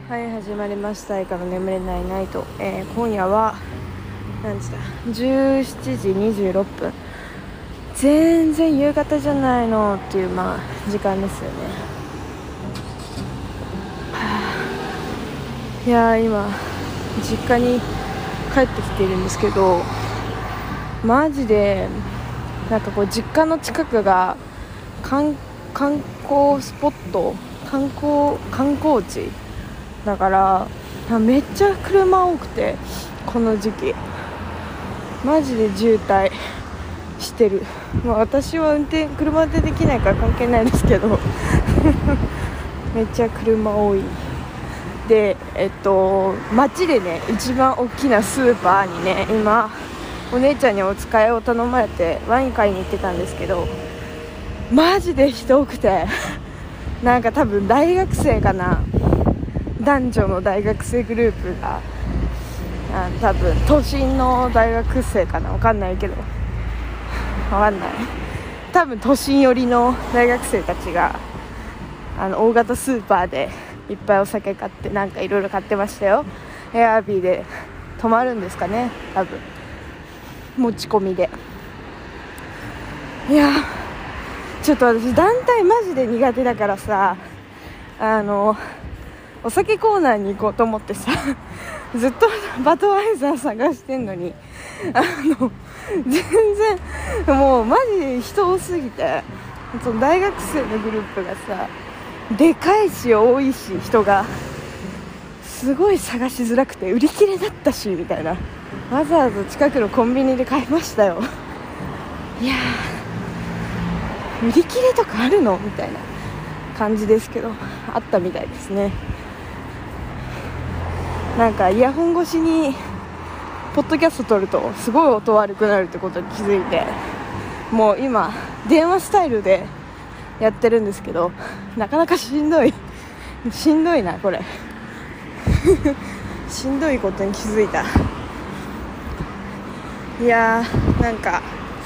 はい、始まりました。から眠れないナイト、今夜は何時だ、17時26分。全然夕方じゃないのっていう時間ですよね。いやー、今実家に帰ってきているんですけど、マジでなんかこう実家の近くが観光スポット、観光地だからめっちゃ車多くて、この時期マジで渋滞してる。私は車でできないから関係ないですけどめっちゃ車多いで、街でね、一番大きなスーパーにね、今お姉ちゃんにお使いを頼まれてワイン買いに行ってたんですけど、マジで人多くてなんか多分大学生かな、男女の大学生グループが多分都心の大学生かな、分かんないけど、分かんない、多分都心寄りの大学生たちが大型スーパーでいっぱいお酒買って、なんかいろいろ買ってましたよ。エアビーで泊まるんですかね、多分持ち込みで。いやちょっと私団体マジで苦手だからさ、お酒コーナーに行こうと思ってさずっとバドワイザー探してんのに全然もうマジで人多すぎて、その大学生のグループがさ、でかいし多いし人がすごい探しづらくて、売り切れだったしみたいな、わざわざ近くのコンビニで買いましたよ。いや売り切れとかあるのみたいな感じですけど、あったみたいですね。なんかイヤホン越しにポッドキャスト撮るとすごい音悪くなるってことに気づいて、もう今電話スタイルでやってるんですけど、なかなかしんどいなこれしんどいことに気づいた。いやー、なんか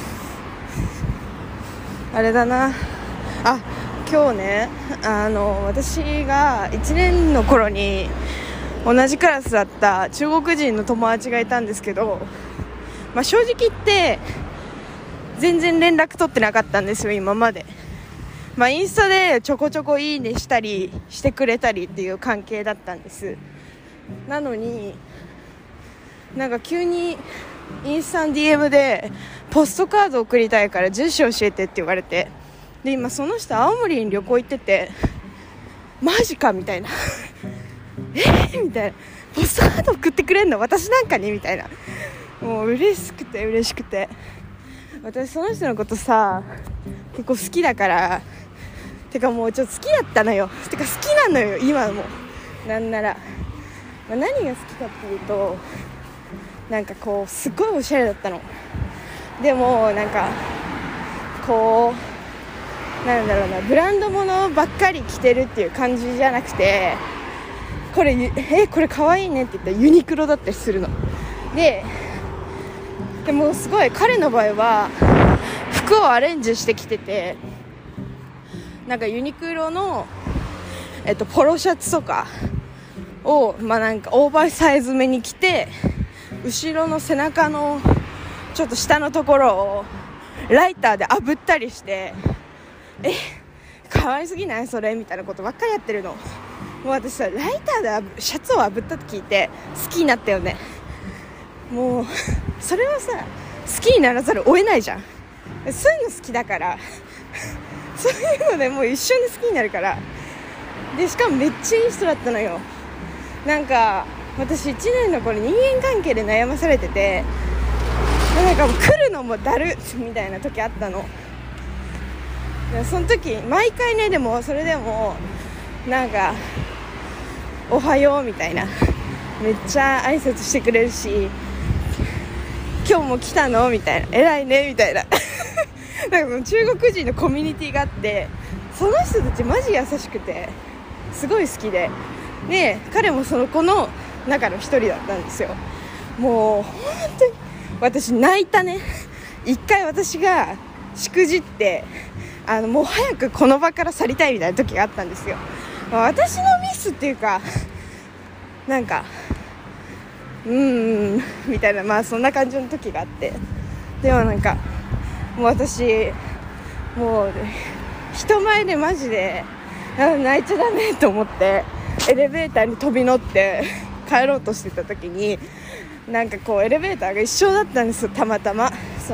あれだな今日ね、私が1年の頃に同じクラスだった中国人の友達がいたんですけど、正直言って全然連絡取ってなかったんですよ、今まで。インスタでちょこちょこいいねしたりしてくれたりっていう関係だったんです。なのになんか急にインスタの DM でポストカード送りたいから住所教えてって言われて、で今その人青森に旅行行ってて、マジかみたいなみたいな、ポストカード送ってくれんの私なんかにみたいな、もう嬉しくて、私その人のことさ結構好きだから、てかもうちょっと好きだったのよ、てか好きなのよ今も。なんなら、何が好きかっていうと、なんかこうすごいおしゃれだったの。でもなんかこうなんだろうな、ブランド物ばっかり着てるっていう感じじゃなくて、これ可愛いねって言ったらユニクロだったりするのでもすごい彼の場合は服をアレンジしてきてて、なんかユニクロの、ポロシャツとかを、なんかオーバーサイズめに着て、後ろの背中のちょっと下のところをライターで炙ったりして、可愛すぎないそれみたいなことばっかりやってるの。もう私さ、ライターでシャツを炙ったと聞いて好きになったよね。もうそれはさ、好きにならざるを得ないじゃん。そういうの好きだからそういうのでもう一瞬で好きになるから。でしかもめっちゃいい人だったのよ。なんか私1年の頃人間関係で悩まされてて、なんかもう来るのもだるみたいな時あったの。その時毎回ね、でもそれでもなんかおはようみたいな、めっちゃ挨拶してくれるし、今日も来たのみたいな、偉いねみたいななんか中国人のコミュニティがあって、その人たちマジ優しくてすごい好きで、彼もその子の中の一人だったんですよ。もう本当に私泣いたね。一回私がしくじってもう早くこの場から去りたいみたいな時があったんですよ。私のミスっていうか、 なんかみたいな、まあそんな感じの時があって、でもなんかもう私もう人前でマジで泣いちゃダメと思ってエレベーターに飛び乗って帰ろうとしてた時に、なんかこうエレベーターが一緒だったんですよ、たまたまそ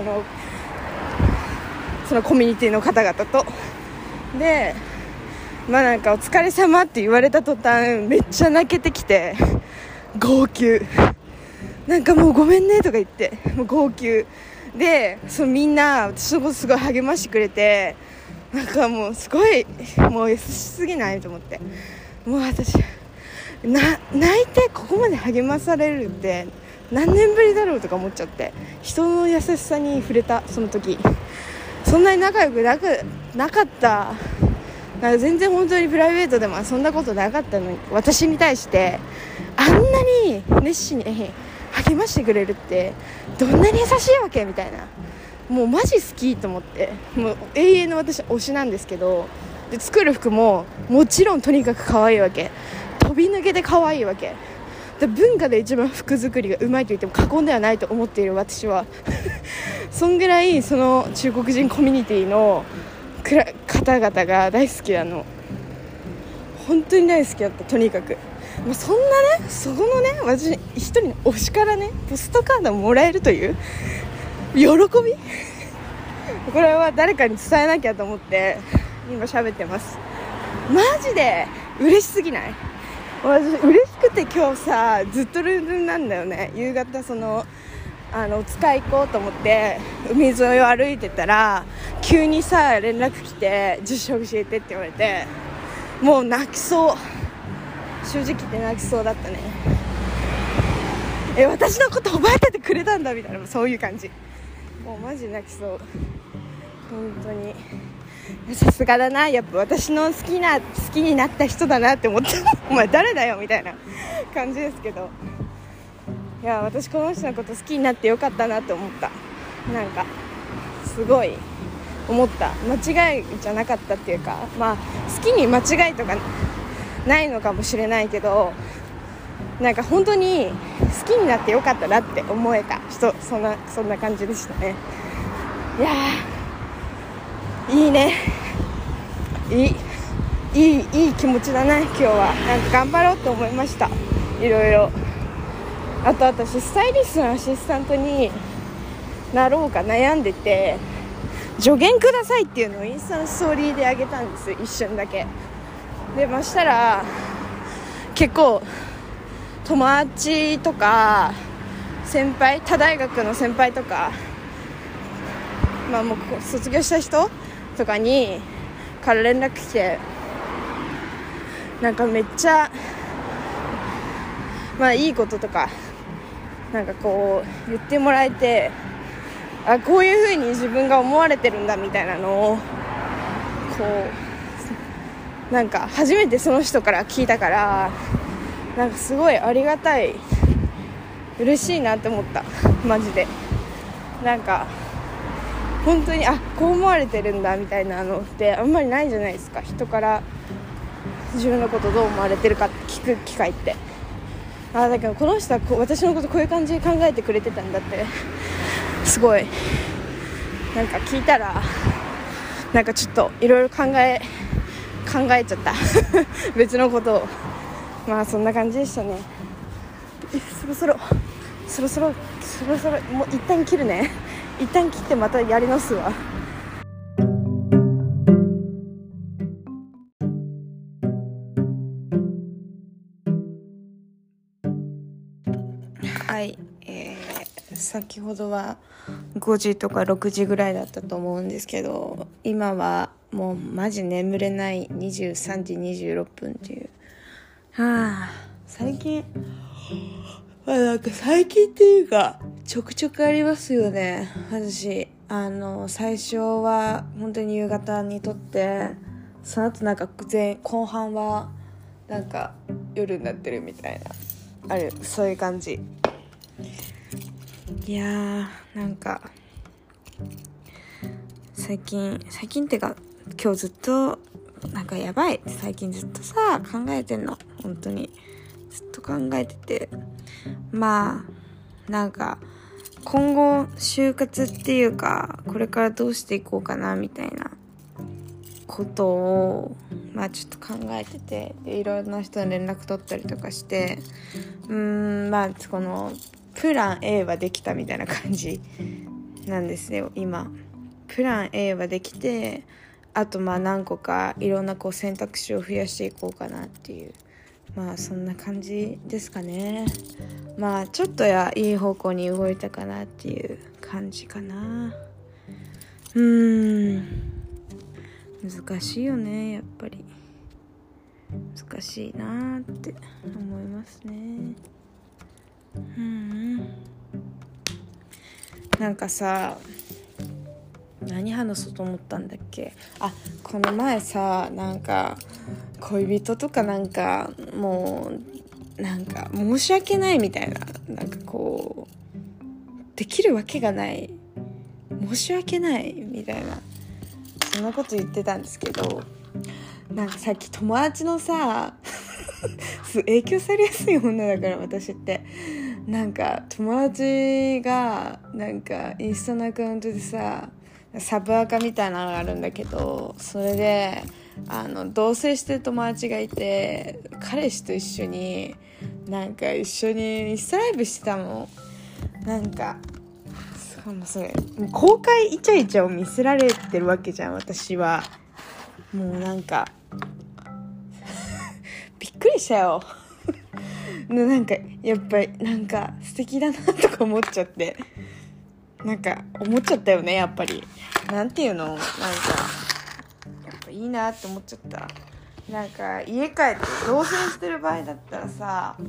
のコミュニティの方々と。でまあなんかお疲れ様って言われた途端めっちゃ泣けてきて、号泣、なんかもうごめんねとか言ってもう号泣で、みんな私のことすごい励ましてくれて、なんかもうすごいもう優しすぎないと思って、もう私泣いてここまで励まされるって何年ぶりだろうとか思っちゃって、人の優しさに触れた。その時そんなに仲良くなかった、なんか全然本当にプライベートでもそんなことなかったのに、私に対してあんなに熱心に励ましてくれるってどんなに優しいわけみたいな、もうマジ好きと思って、もう永遠の私推しなんですけど、で作る服ももちろんとにかく可愛いわけ、飛び抜けて可愛いわけで、文化で一番服作りがうまいと言っても過言ではないと思っている私はそんぐらいその中国人コミュニティの方々が大好きなの、本当に大好きだった。とにかくもうそんなね、そこのね、私一人の推しからねポストカードをもらえるという喜びこれは誰かに伝えなきゃと思って今喋ってます。マジで嬉しすぎない？私嬉しくて今日さずっとルンルンなんだよね。夕方お使い行こうと思って海沿いを歩いてたら急にさ連絡来て住所教えてって言われて、もう泣きそう、正直言って泣きそうだったね。私のこと覚えててくれたんだみたいな、そういう感じ、もうマジ泣きそう、本当にさすがだな、やっぱ私の好きになった人だなって思ってお前誰だよみたいな感じですけど、いや私この人のこと好きになってよかったなって思った。なんかすごい思った。間違いじゃなかったっていうか、まあ好きに間違いとかないのかもしれないけど、なんか本当に好きになってよかったなって思えた人、そんな感じでしたね。いやいいね、いい気持ちだね今日は。なんか頑張ろうと思いました。いろいろ、あと私スタイリストのアシスタントになろうか悩んでて、助言くださいっていうのをインスタのストーリーであげたんです、一瞬だけ。でましたら結構友達とか先輩、他大学の先輩とか、まあもう卒業した人とかにから連絡来て、なんかめっちゃまあいいこととかなんかこう言ってもらえて、あ、こういう風に自分が思われてるんだみたいなのをこうなんか初めてその人から聞いたから、なんかすごいありがたい、嬉しいなって思った。マジでなんか本当にこう思われてるんだみたいなのってあんまりないじゃないですか。人から自分のことどう思われてるかって聞く機会って。だけどこの人は私のことこういう感じで考えてくれてたんだってすごいなんか聞いたら、なんかちょっといろいろ考えちゃった別のことを。まあそんな感じでしたね。そろそろもう一旦切るね。一旦切ってまたやり直すわ。はい、先ほどは5時とか6時ぐらいだったと思うんですけど、今はもうマジ眠れない23時26分っていう。最近なんか最近っていうかちょくちょくありますよね。私最初は本当に夕方に撮って、その後なんか後半はなんか夜になってるみたいな、そういう感じ。いやーなんか最近ってか今日ずっとなんかやばい、最近ずっとさ考えてんの。本当にずっと考えてて、まあなんか今後就活っていうかこれからどうしていこうかなみたいなことをまあちょっと考えてて、でいろんな人に連絡取ったりとかして、まあこのプラン A はできたみたいな感じなんですよ今。プラン A はできて、あとまあ何個かいろんなこう選択肢を増やしていこうかなっていう、まあそんな感じですかね。まあちょっといい方向に動いたかなっていう感じかな。難しいよね、やっぱり難しいなって思いますね。なんかさ、何話そうと思ったんだっけ。この前さ、なんか恋人とかなんかもうなんか申し訳ないみたいな、なんかこうできるわけがない、申し訳ないみたいな、そんなこと言ってたんですけど、なんかさっき友達のさ影響されやすい女だから私って、なんか友達がなんかインスタのアカウントでさ、サブアカみたいなのがあるんだけど、それで同棲してる友達がいて、彼氏と一緒になんか一緒にインスタライブしてたの。なんかそれ公開イチャイチャを見せられてるわけじゃん、私は。もうなんかびっくりしたよなんかやっぱりなんか素敵だなとか思っちゃって、なんか思っちゃったよね、やっぱり。なんていうの、なんかやっぱいいなって思っちゃった。なんか家帰って同棲してる場合だったらさ、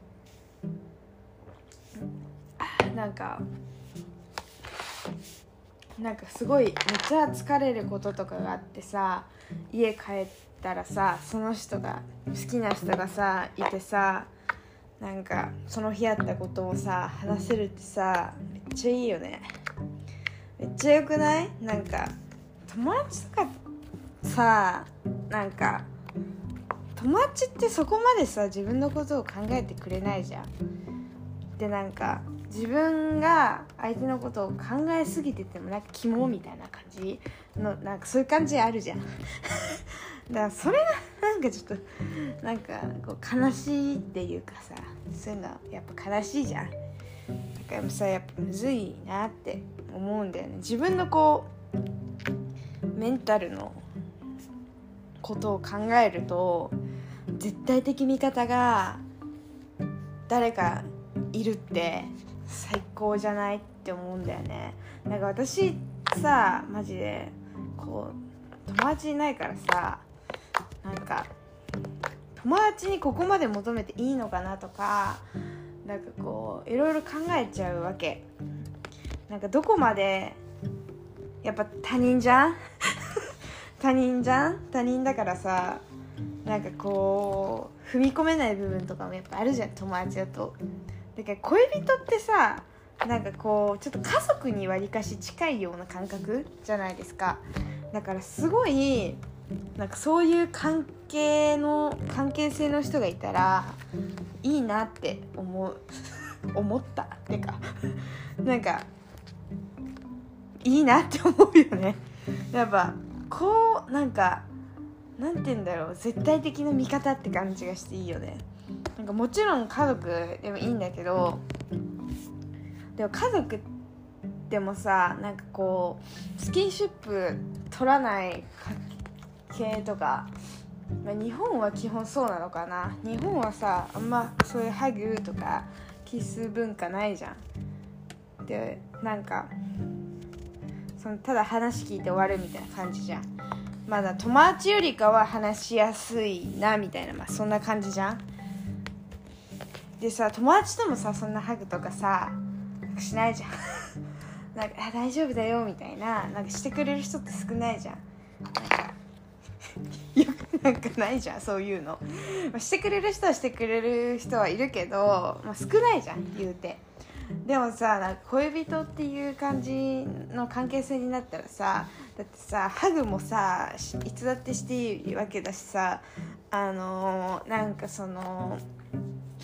なんかすごいめっちゃ疲れることとかがあってさ、家帰ったらさ、その人が好きな人がさいてさ、なんかその日あったことをさ話せるってさ、めっちゃいいよね。めっちゃよくない？なんか友達とかさ、なんか友達ってそこまでさ自分のことを考えてくれないじゃん。でなんか自分が相手のことを考えすぎててもなんかキモみたいな感じの、なんかそういう感じあるじゃんだからそれがなんかちょっとなんかこう悲しいっていうかさ、そういうのやっぱ悲しいじゃん。だからさ、やっぱむずいなって思うんだよね。自分のこうメンタルのことを考えると、絶対的味方が誰かいるって最高じゃないって思うんだよね。なんか私さ、マジでこう友達いないからさ、なんか友達にここまで求めていいのかなとか、なんかこういろいろ考えちゃうわけ。なんかどこまでやっぱ他人じゃん他人だからさ、なんかこう踏み込めない部分とかもやっぱあるじゃん、友達だと。だから恋人ってさ、なんかこうちょっと家族にわりかし近いような感覚じゃないですか。だからすごいなんかそういう関係性の人がいたらいいなって思ったってかなんかいいなって思うよね。やっぱこうなんかなんて言うんだろう、絶対的な味方って感じがしていいよね。なんかもちろん家族でもいいんだけど、でも家族でもさ、なんかこうスキンシップ取らない系とか、日本は基本そうなのかな。日本はさ、あんまそういうハグとかキス文化ないじゃん。でなんかそのただ話聞いて終わるみたいな感じじゃん。まだ友達よりかは話しやすいなみたいな、そんな感じじゃん。でさ、友達ともさ、そんなハグとかさしないじゃんなんか大丈夫だよみたいな、なんかしてくれる人って少ないじゃん。なんかよくなんかないじゃん、そういうの。してくれる人はしてくれる人はいるけど、少ないじゃん言うて。でもさ、なんか恋人っていう感じの関係性になったらさ、だってさ、ハグもさいつだってしていいわけだしさ、なんかその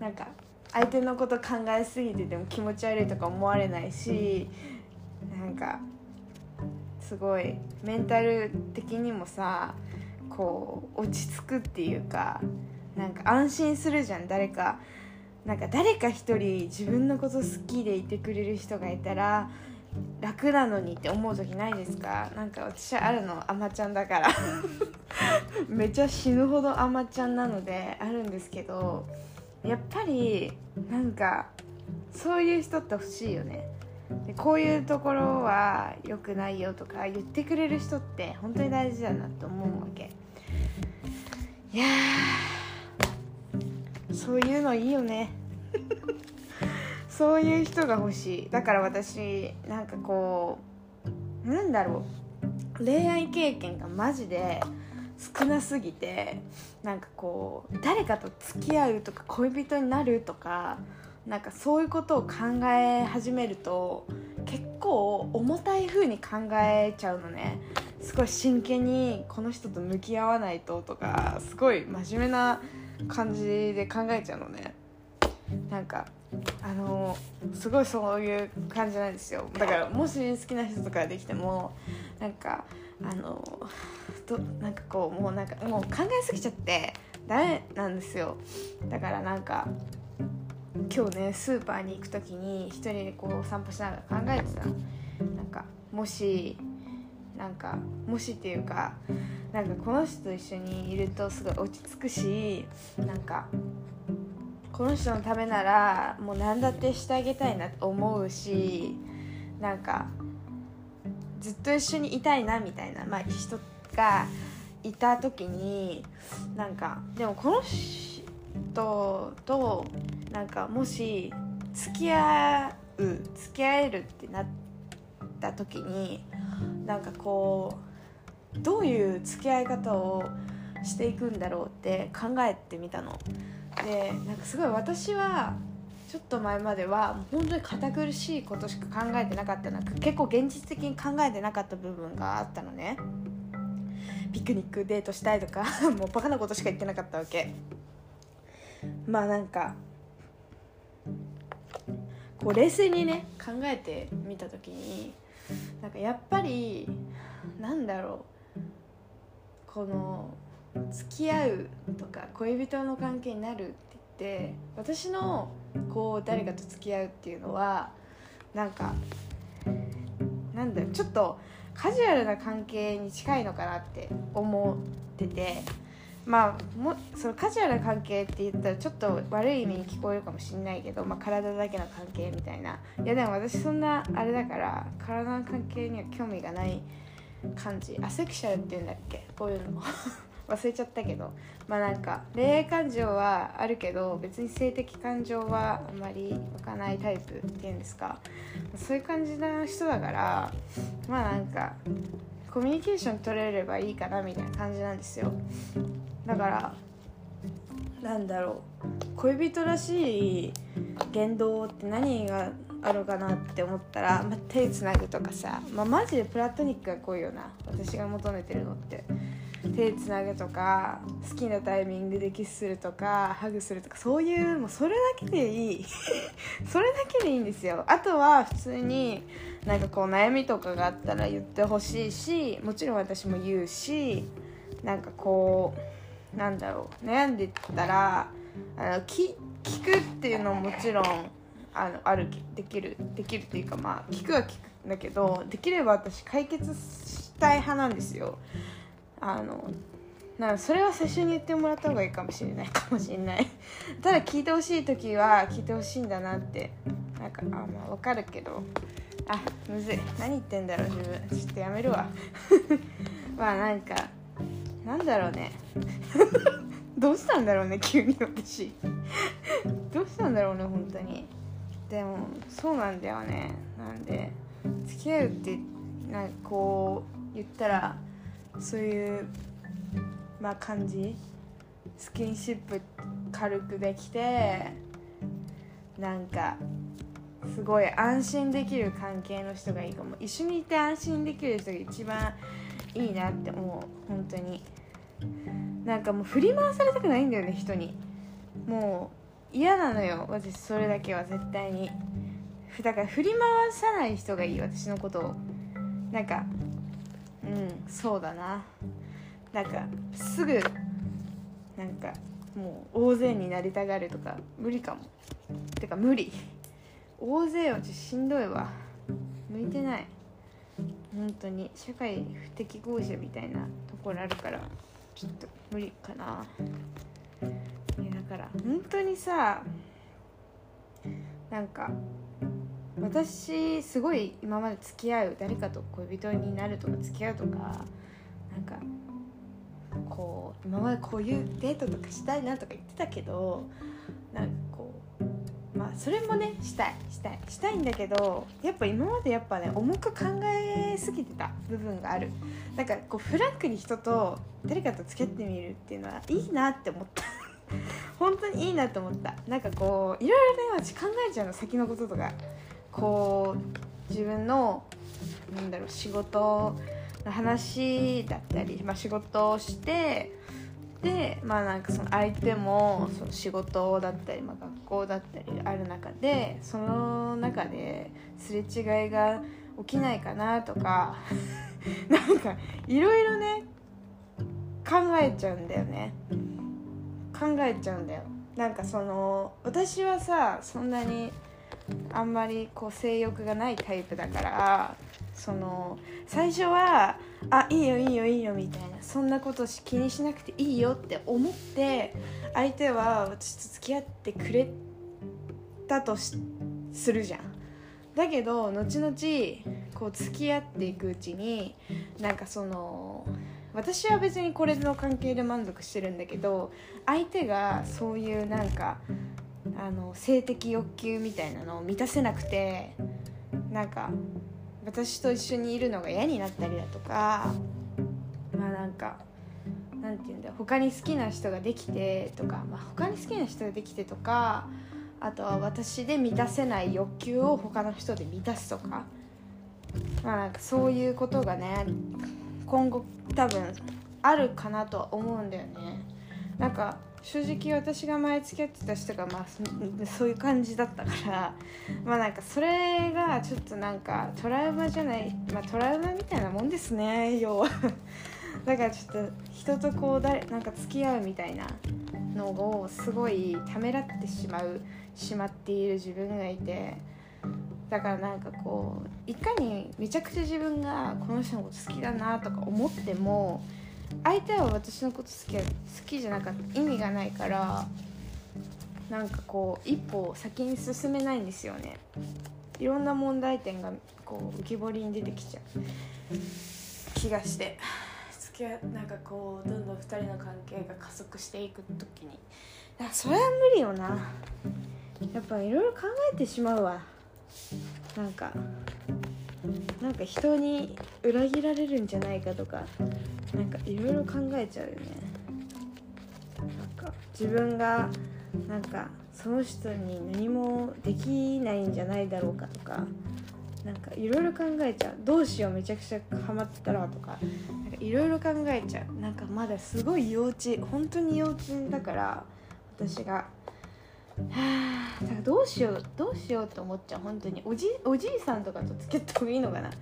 なんか相手のこと考えすぎてても気持ち悪いとか思われないし、なんかすごいメンタル的にもさこう落ち着くっていうか、なんか安心するじゃん。誰か一人自分のこと好きでいてくれる人がいたら楽なのにって思う時ないですか？なんか私はあるの、アマちゃんだからめっちゃ死ぬほどアマちゃんなのであるんですけど、やっぱりなんかそういう人って欲しいよね。でこういうところは良くないよとか言ってくれる人って本当に大事だなって思うわけ。いやー、そういうのいいよねそういう人が欲しい。だから私なんかこうなんだろう、恋愛経験がマジで少なすぎて、なんかこう誰かと付き合うとか恋人になるとかなんかそういうことを考え始めると結構重たい風に考えちゃうのね。すごい真剣にこの人と向き合わないととか、すごい真面目な感じで考えちゃうのね。なんかすごいそういう感じなんですよ。だからもし好きな人とかできてもなんかなんかこうもう考えすぎちゃってダメなんですよ。だからなんか今日ねスーパーに行くときに一人でこう散歩しながら考えてた。なんかもしっていうか、なんかこの人と一緒にいるとすごい落ち着くし、なんかこの人のためならもう何だってしてあげたいなと思うし、なんかずっと一緒にいたいなみたいな、人がいた時になんかでもこの人となんかもし付き合えるってなった時になんかこうどういう付き合い方をしていくんだろうって考えてみたので、なんかすごい私はちょっと前までは本当に堅苦しいことしか考えてなかったな、結構現実的に考えてなかった部分があったのね。ピクニックデートしたいとかもうバカなことしか言ってなかったわけ。なんかこう冷静にね考えてみた時になんかやっぱりなんだろう、この付き合うとか恋人の関係になるって言って私のこう誰かと付き合うっていうのはなんかなんだろう、ちょっとカジュアルな関係に近いのかなって思ってて、そのカジュアルな関係って言ったらちょっと悪い意味に聞こえるかもしれないけど、体だけの関係みたいな。いやでも私そんなあれだから体の関係には興味がない感じ。アセクシャルって言うんだっけ、こういうの忘れちゃったけど、なんか恋愛感情はあるけど別に性的感情はあまり湧かないタイプっていうんですか、そういう感じな人だからなんかコミュニケーション取れればいいかなみたいな感じなんですよ。だからなんだろう、恋人らしい言動って何があるかなって思ったら、手つなぐとかさ、マジでプラトニックが濃いよな、私が求めてるのって。手つなぐとか好きなタイミングでキスするとかハグするとか、そういうもうそれだけでいいそれだけでいいんですよ。あとは普通になんかこう悩みとかがあったら言ってほしいし、もちろん私も言うし、なんかこうなんだろう、悩んでたら聞くっていうのももちろんできるっていうか、聞くは聞くんだけど、できれば私解決したい派なんですよ。それは最初に言ってもらった方がいいかもしれないただ聞いてほしい時は聞いてほしいんだなって、なんか分かるけど、むずい、何言ってんだろう自分、ちょっとやめるわなんかなんだろうねどうしたんだろうね急に私どうしたんだろうね本当に。でもそうなんだよね。なんで付き合うってなんかこう言ったらそういう感じ、スキンシップ軽くできてなんかすごい安心できる関係の人がいいかも。一緒にいて安心できる人が一番いいなって思う本当に。なんかもう振り回されたくないんだよね人に。も嫌なのよ私。それだけは絶対に。だから振り回さない人がいい、私のことを。なんかそうだな、なんかすぐなんかもう大勢になりたがるとか無理かも。てか無理、大勢はちょっとしんどいわ、向いてない。本当に社会不適合者みたいなところあるからちょっと無理かな。いやだから本当にさ、なんか私すごい今まで付き合う、誰かと恋人になるとか付き合うとか、なんかこう今までこういうデートとかしたいなとか言ってたけど、なんかこうまあそれもねしたいんだけど、やっぱ今までやっぱね重く考えすぎてた部分がある。なんかこうフランクに人と誰かと付き合ってみるっていうのはいいなって思った本当にいいなって思った。なんかこういろいろね私考えちゃうの、先のこととか。こう自分の仕事の話だったり、仕事をしてでなんかその相手もその仕事だったり、学校だったりある中で、その中ですれ違いが起きないかなとかなんかいろいろね考えちゃうんだよね。なんかその私はさ、そんなにあんまりこう性欲がないタイプだから、その最初はいいよみたいな、そんなこと気にしなくていいよって思って相手は私と付き合ってくれたとするじゃん。だけど後々こう付き合っていくうちに、なんかその私は別にこれの関係で満足してるんだけど、相手がそういうなんか性的欲求みたいなのを満たせなくて、なんか私と一緒にいるのが嫌になったりだとか、なんかなんていうんだよ、他に好きな人ができてとか、あとは私で満たせない欲求を他の人で満たすとか、なんかそういうことがね今後多分あるかなとは思うんだよね。なんか正直私が前付き合ってた人がそういう感じだったから、なんかそれがちょっとなんかトラウマじゃない、トラウマみたいなもんですね、要はだからちょっと人とこうなんか付き合うみたいなのをすごいためらってしまっている自分がいて、だからなんかこういかにめちゃくちゃ自分がこの人のこと好きだなとか思っても、相手は私のこと好きじゃなかった意味がないから、なんかこう一歩先に進めないんですよね。いろんな問題点がこう浮き彫りに出てきちゃう気がして、なんかこうどんどん2人の関係が加速していく時に、だからそれは無理よな。やっぱいろいろ考えてしまうわ。なんか人に裏切られるんじゃないかとか、なんかいろいろ考えちゃうよね。なんか自分がなんかその人に何もできないんじゃないだろうかとか、なんかいろいろ考えちゃう。どうしようめちゃくちゃハマってたらとか、なんかいろいろ考えちゃう。なんかまだすごい本当に幼稚だから私がだからどうしようって思っちゃう。本当におじいさんとかと付き合った方がいいのかな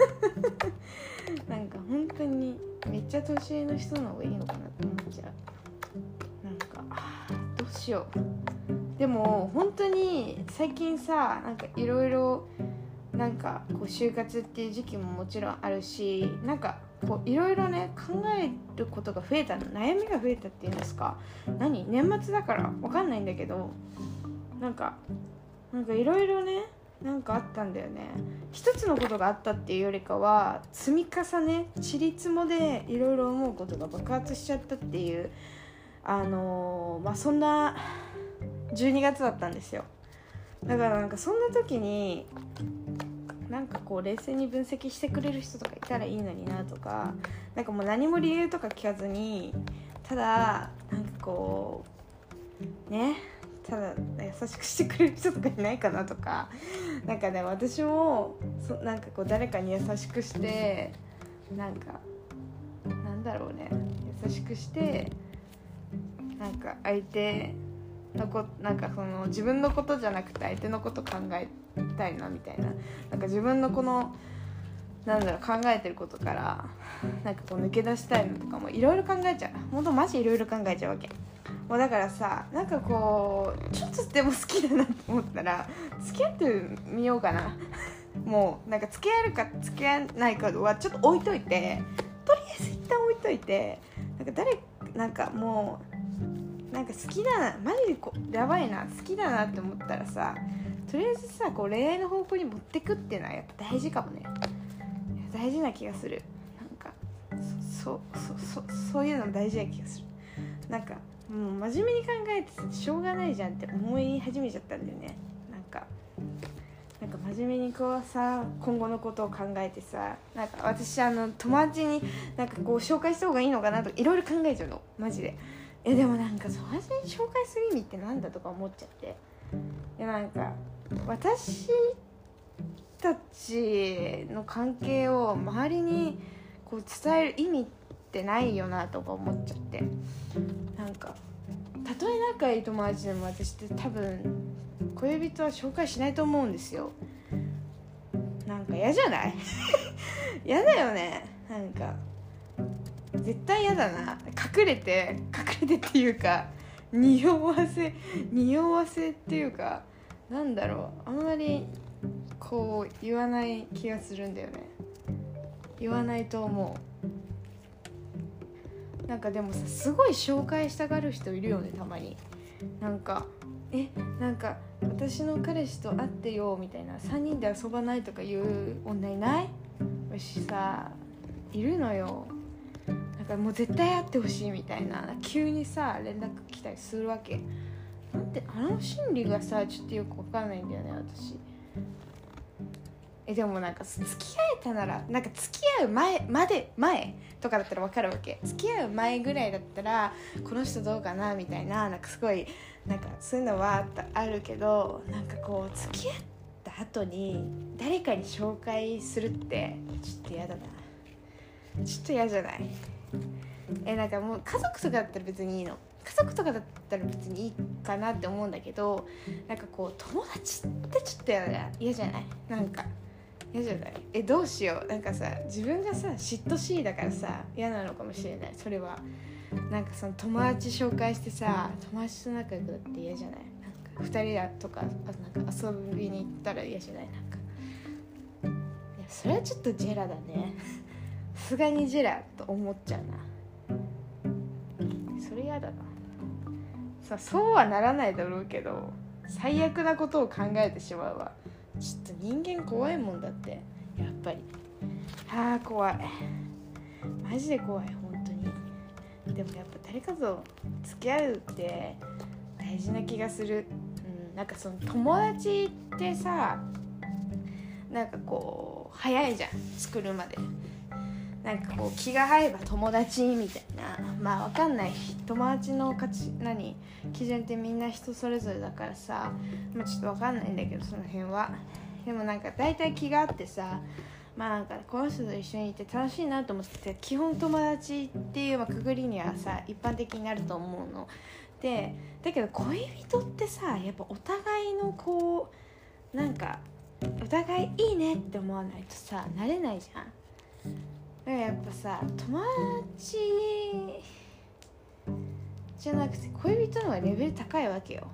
なんか本当にめっちゃ年上の人の方がいいのかなって思っちゃう。なんかどうしよう。でも本当に最近さ、なんかいろいろなんかこう就活っていう時期ももちろんあるし、なんかこういろいろね考えることが増えたの、悩みが増えたっていうんですか、年末だからわかんないんだけど、なんかいろいろねなんかあったんだよね。一つのことがあったっていうよりかは積み重ね、ちりつもでいろいろ思うことが爆発しちゃったっていうそんな12月だったんですよ。だからなんかそんな時になんかこう冷静に分析してくれる人とかいたらいいのになとか、なんかもう何も理由とか聞かずにただなんかこうね、ただ優しくしてくれる人とかいないかなとか、なんかね私もなんかこう誰かに優しくしてなんかなんだろうね、優しくしてなんか相手なんかその自分のことじゃなくて相手のこと考えたいなみたいな、なんか自分のこの考えてることからなんかこう抜け出したいのとかもいろいろ考えちゃう。ほんとマジいろいろ考えちゃうわけ。もうだからさ、なんかこうちょっとでも好きだなと思ったら付き合ってみようかなもうなんか付き合えるか付き合えないかはちょっと置いといて、とりあえず一旦置いといて、なんかもうなんか好きだな、マジでやばいな、好きだなって思ったらさ、とりあえずさこう恋愛の方向に持ってくっていうのはやっぱ大事かもね。大事な気がする。なんかそういうの大事な気がする。なんかもう真面目に考えてしょうがないじゃんって思い始めちゃったんだよね。なんか真面目にこうさ今後のことを考えてさ、なんか私友達になんかこう紹介した方がいいのかなとかいろいろ考えちゃうのマジで。でもなんか友達に紹介する意味ってなんだとか思っちゃって、なんか私たちの関係を周りにこう伝える意味ってないよなとか思っちゃって、なんかたとえ仲いい友達でも私って多分恋人は紹介しないと思うんですよ。なんか嫌じゃない嫌だよね。なんか絶対嫌だな。隠れてっていうか匂わせっていうか、なんだろう、あんまりこう言わない気がするんだよね。言わないと思う。なんかでもさ、すごい紹介したがる人いるよねたまに。なんかなんか私の彼氏と会ってよみたいな、3人で遊ばないとか言う女いない？私さいるのよ。なんかもう絶対会ってほしいみたいな、急にさ連絡来たりするわけ。なんて心理がさちょっとよく分かんないんだよね私。でもなんか付き合えたなら、なんか付き合う前とかだったら分かるわけ。付き合う前ぐらいだったらこの人どうかなみたいな、なんかすごいなんかそういうのはあるけど、なんかこう付き合った後に誰かに紹介するってちょっと嫌だな。ちょっと嫌じゃない？なんかもう家族とかだったら別にいいの。家族とかだったら別にいいかなって思うんだけど、なんかこう友達ってちょっと嫌じゃない？なんか嫌じゃない？どうしよう。なんかさ自分がさ嫉妬しいだからさ嫌なのかもしれない。それはなんかその友達紹介してさ友達と仲良くなって嫌じゃない？なんか2人だとかなんか遊びに行ったら嫌じゃない？なんかいやそれはちょっとジェラだね。さすがにジェラと思っちゃうな。それ嫌だな。そうはならないだろうけど最悪なことを考えてしまうわ。ちょっと人間怖いもんだってやっぱり。怖い、マジで怖い本当に。でもやっぱ誰かと付き合うって大事な気がする。なんかその友達ってさなんかこう早いじゃん作るまで。なんかこう気が合えば友達みたいな、まあ分かんない、友達の基準ってみんな人それぞれだからさ、まあ、ちょっと分かんないんだけどその辺は。でもなんか大体気があってさ、まあなんかこの人と一緒にいて楽しいなと思ってて、基本友達っていうくくりにはさ一般的になると思うので、だけど恋人ってさやっぱお互いのこうなんかお互いいいねって思わないとさなれないじゃん。だからやっぱさ友達じゃなくて恋人の方がレベル高いわけよ。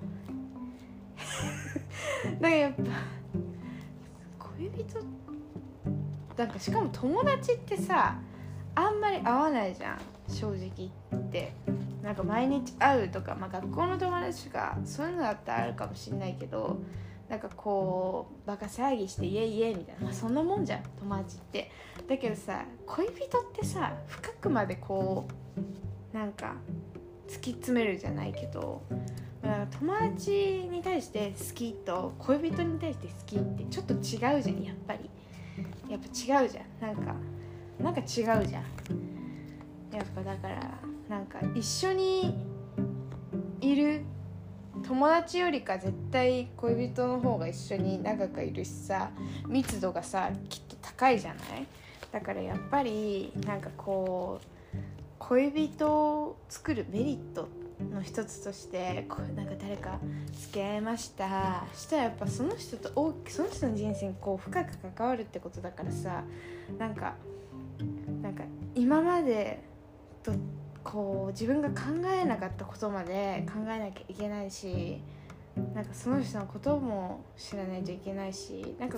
だからやっぱ恋人なんかしかも友達ってさあんまり会わないじゃん正直言って。なんか毎日会うとか、まあ、学校の友達とかそういうのだったらあるかもしれないけど、なんかこうバカ騒ぎしてイエイイエイみたいな、まあ、そんなもんじゃん友達って。だけどさ恋人ってさ深くまでこうなんか突き詰めるじゃないけど、まあ、友達に対して好きと恋人に対して好きってちょっと違うじゃん。やっぱり違うじゃん。なんか違うじゃんやっぱ。だからなんか一緒にいる友達よりか絶対恋人の方が一緒に長くいるしさ、密度がさきっと高いじゃない。だからやっぱりなんかこう恋人を作るメリットっの一つとしてなんか誰か付き合いましたしたらやっぱその人の人生に深く関わるってことだからさ、なんか今まで自分が考えなかったことまで考えなきゃいけないし、なんかその人のことも知らないといけないし、なんか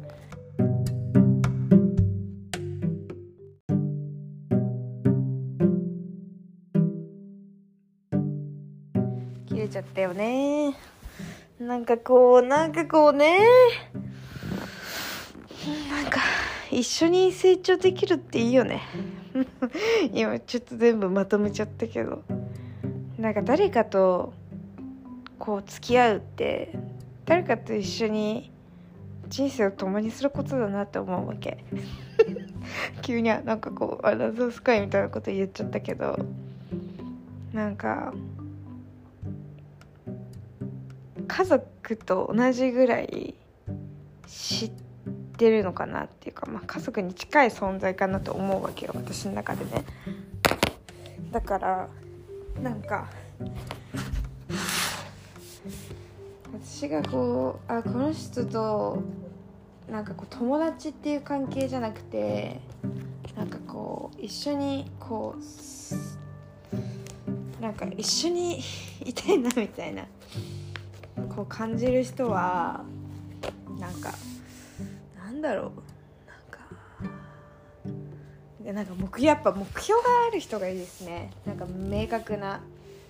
切れちゃったよね。なんか一緒に成長できるっていいよね今ちょっと全部まとめちゃったけど、なんか誰かと付き合うって誰かと一緒に人生を共にすることだなって思うわけ急になんかアナザースカイみたいなこと言っちゃったけど、なんか家族と同じぐらい知ってるのかなっていうか、家族に近い存在かなと思うわけよ、私の中でね。だからなんか私がこの人となんか友達っていう関係じゃなくて、なんか一緒になんか一緒にいたいなみたいな感じる人はやっぱ目標がある人がいいですね。なんか明確な、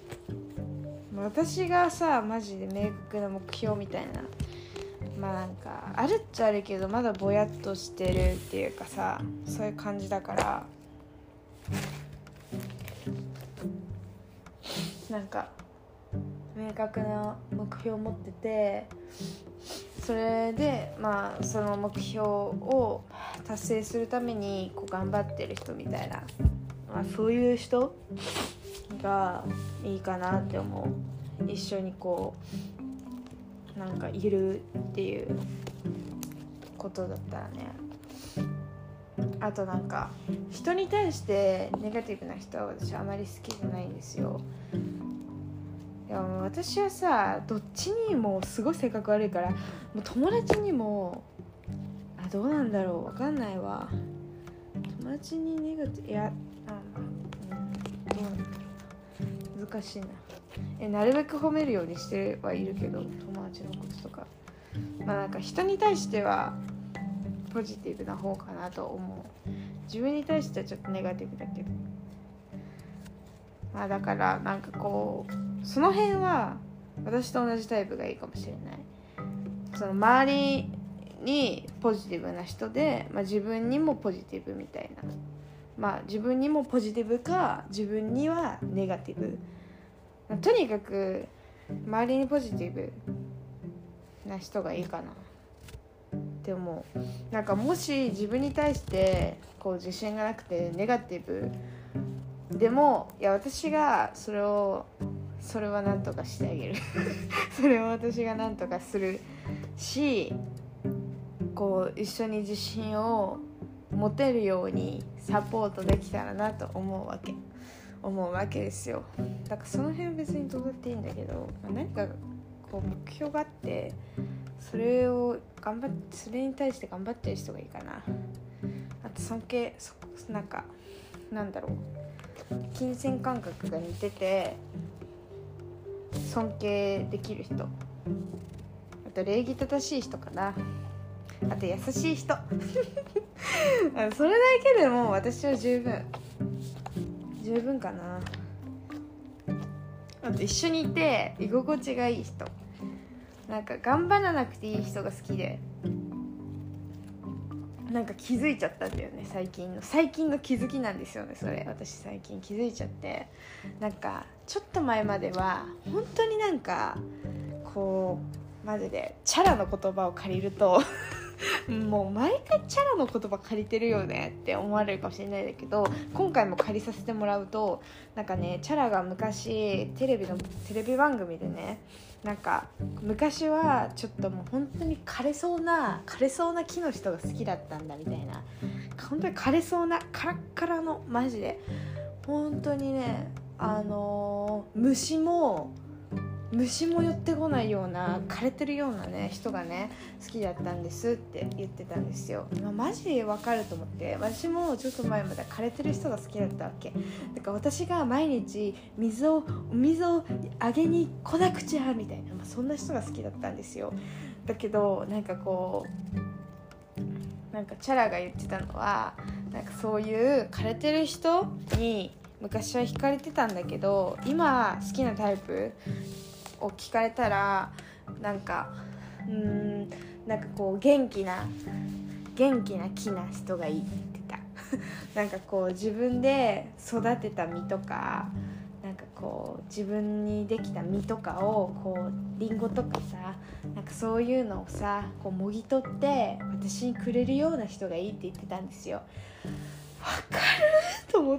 私がさマジで明確な目標みたいな、なんかあるっちゃあるけどまだぼやっとしてるっていうかさ、そういう感じだから、なんか明確な目標を持ってて、それでその目標を達成するために頑張ってる人みたいな、そういう人がいいかなって思う。一緒になんかいるっていうことだったらね。あとなんか人に対してネガティブな人は私あまり好きじゃないんですよ。いや私はさどっちにもすごい性格悪いから、もう友達にもどうなんだろう、わかんないわ。友達にネガティブ、どうなんだろう、難しいな。なるべく褒めるようにしてはいるけど、友達のこととかなんか人に対してはポジティブな方かなと思う。自分に対してはちょっとネガティブだけど、だからなんかその辺は私と同じタイプがいいかもしれない。その周りにポジティブな人で、自分にもポジティブみたいな、自分にもポジティブか自分にはネガティブ、とにかく周りにポジティブな人がいいかなって思う。なんかもし自分に対して自信がなくてネガティブでも、いや私がそれはなんとかしてあげるそれを私がなんとかするし、一緒に自信を持てるようにサポートできたらなと思うわけですよ。だからその辺別にどうだっていいんだけど、何か目標があってそれに対して頑張ってる人がいいかな。あと尊敬、なんかなんだろう、金銭感覚が似てて尊敬できる人、あと礼儀正しい人かな、あと優しい人それだけでも私は十分かな。あと一緒にいて居心地がいい人、なんか頑張らなくていい人が好きで、なんか気づいちゃったんだよね、最近の気づきなんですよね、それ。私最近気づいちゃって、なんかちょっと前までは本当になんかマジでチャラの言葉を借りるともう毎回チャラの言葉借りてるよねって思われるかもしれないんだけど、今回も借りさせてもらうと、なんかね、チャラが昔テレビ番組でね、なんか昔はちょっともう本当に枯れそうな木の人が好きだったんだみたいな、本当に枯れそうなカラッカラのマジで本当にね虫も寄ってこないような枯れてるようなね人がね好きだったんですって言ってたんですよ。マジでわかると思って、私もちょっと前まで枯れてる人が好きだったわけだから、私が毎日水をあげに来なくちゃみたいな、そんな人が好きだったんですよ。だけどなんかチャラが言ってたのは、なんかそういう枯れてる人に昔は惹かれてたんだけど、今好きなタイプを聞かれたらなんか元気な木な人がいいって言ってたなんか自分で育てた実とか、なんか自分にできた実とかをリンゴとかさ、なんかそういうのをさもぎ取って私にくれるような人がいいって言ってたんですよ。わかると思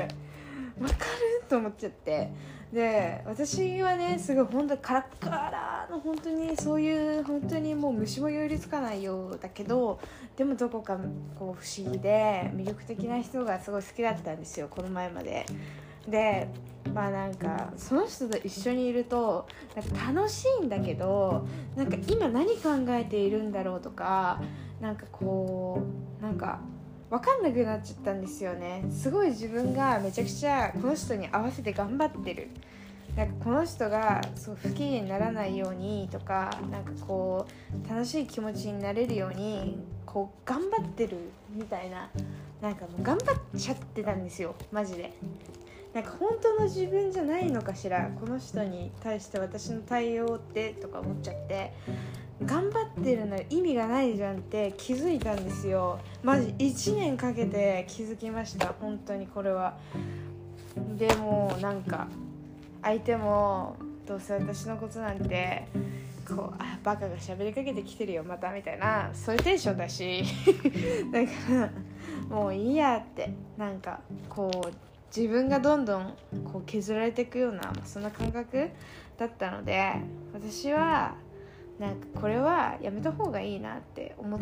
っちゃって、で私はねすごい本当にカラッカラの本当にそういう本当にもう虫も寄りつかないようだけど、でもどこか不思議で魅力的な人がすごい好きだったんですよ、この前まで。でなんかその人と一緒にいるとなんか楽しいんだけど、なんか今何考えているんだろうとか、なんか分かんなくなっちゃったんですよね。すごい自分がめちゃくちゃこの人に合わせて頑張ってる、なんかこの人が不機嫌にならないようにとか、なんか楽しい気持ちになれるように頑張ってるみたいな、なんかもう頑張っちゃってたんですよマジで。なんか本当の自分じゃないのかしら、この人に対して私の対応ってとか思っちゃって、頑張ってるの意味がないじゃんって気づいたんですよ。マジ1年かけて気づきました、本当にこれは。でもなんか相手もどうせ私のことなんてバカが喋りかけてきてるよまたみたいな、そういうテンションだしだからもういいやって、なんか自分がどんどん削られていくような、そんな感覚だったので、私はなんかこれはやめた方がいいなって思って、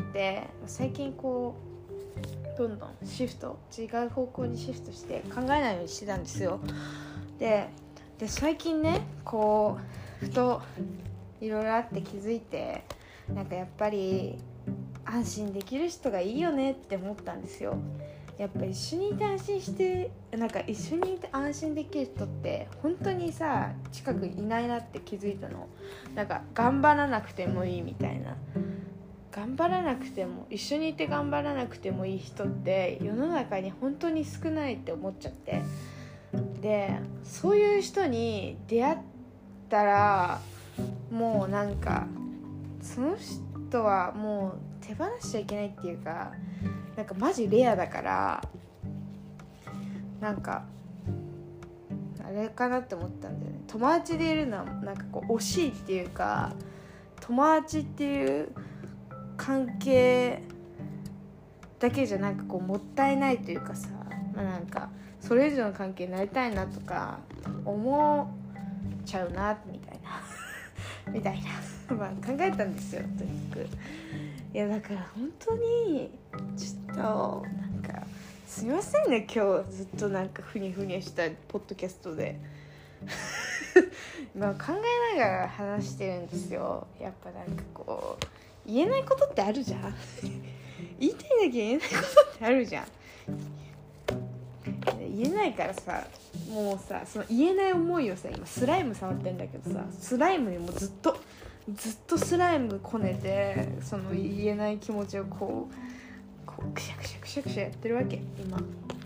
最近どんどん違う方向にシフトして考えないようにしてたんですよ。で最近ねふといろいろあって気づいて、なんかやっぱり安心できる人がいいよねって思ったんですよ。やっぱ一緒にいて安心できる人って本当にさ近くいないなって気づいたの。なんか頑張らなくてもいいみたいな、一緒にいて頑張らなくてもいい人って世の中に本当に少ないって思っちゃって、でそういう人に出会ったらもうなんかその人はもう手放しちゃいけないっていうか、なんかマジレアだから、なんかあれかなって思ったんだよね。友達でいるのはなんか惜しいっていうか、友達っていう関係だけじゃなんかもったいないというかさ、なんかそれ以上の関係になりたいなとか思っちゃうなみたいなみたいな考えたんですよ、とにかく。いやだから本当にちょっとなんかすみませんね、今日ずっとなんかふにふにしたポッドキャストで考えながら話してるんですよ。やっぱなんか言えないことってあるじゃん言いたいだけ言えないことってあるじゃん。言えないからさ、もうさその言えない思いをさ、今スライム触ってんだけどさ、スライムにもずっとスライムこねて、その言えない気持ちをクシャクシャクシャクシャやってるわけ今。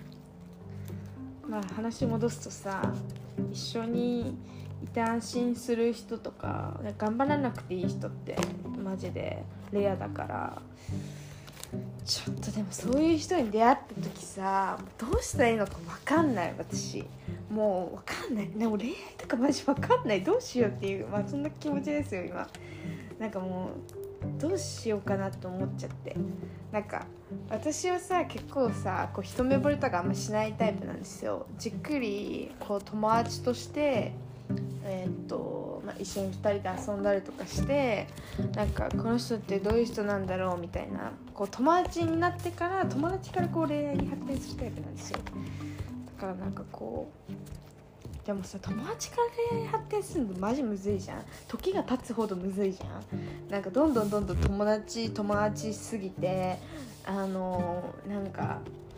話戻すとさ、一緒にいて安心する人とか頑張らなくていい人ってマジでレアだから、ちょっとでもそういう人に出会った時さ、どうしたらいいのか分かんない。私もう分かんない。でも恋愛とかマジ分かんない、どうしようっていう、そんな気持ちですよ今。なんかもうどうしようかなと思っちゃって。なんか私はさ結構さ一目惚れとかあんましないタイプなんですよ。じっくり友達として一緒に2人で遊んだりとかして、なんかこの人ってどういう人なんだろうみたいな、友達になってから恋愛に発展するタイプなんですよ。だからなんかでもさ、友達から恋愛発展するのマジむずいじゃん。時が経つほどむずいじゃん。なんかどんどん友達すぎてなんか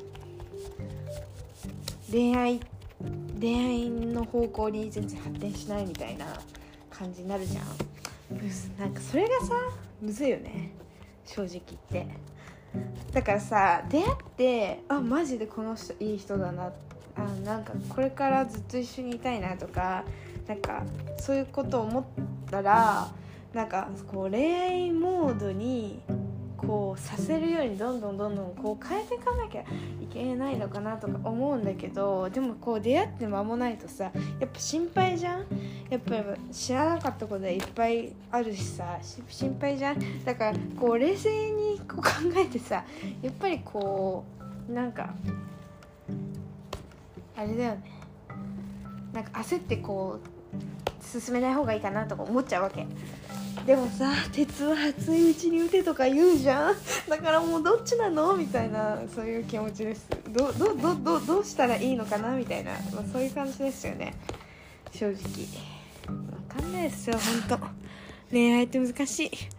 恋愛の方向に全然発展しないみたいな感じになるじゃん。なんかそれがさむずいよね、正直言って。だからさ、出会ってマジでこの人いい人だな、なんかこれからずっと一緒にいたいなとか、なんかそういうことを思ったら、なんかこう恋愛モードにこうさせるようにどんどんこう変えていかなきゃいけないのかなとか思うんだけど、でもこう出会って間もないとさ、やっぱ心配じゃん。やっぱり知らなかったことはいっぱいあるしさ、心配じゃん。だからこう冷静にこう考えてさ、やっぱりこうなんかあれだよね、なんか焦ってこう進めない方がいいかなとか思っちゃうわけ。でもさ、鉄は熱いうちに打てとか言うじゃん。だからもうどっちなのみたいな、そういう気持ちです。どうしたらいいのかなみたいな、そういう感じですよね、正直。わかんないですよ、ほんと。恋愛って難しい。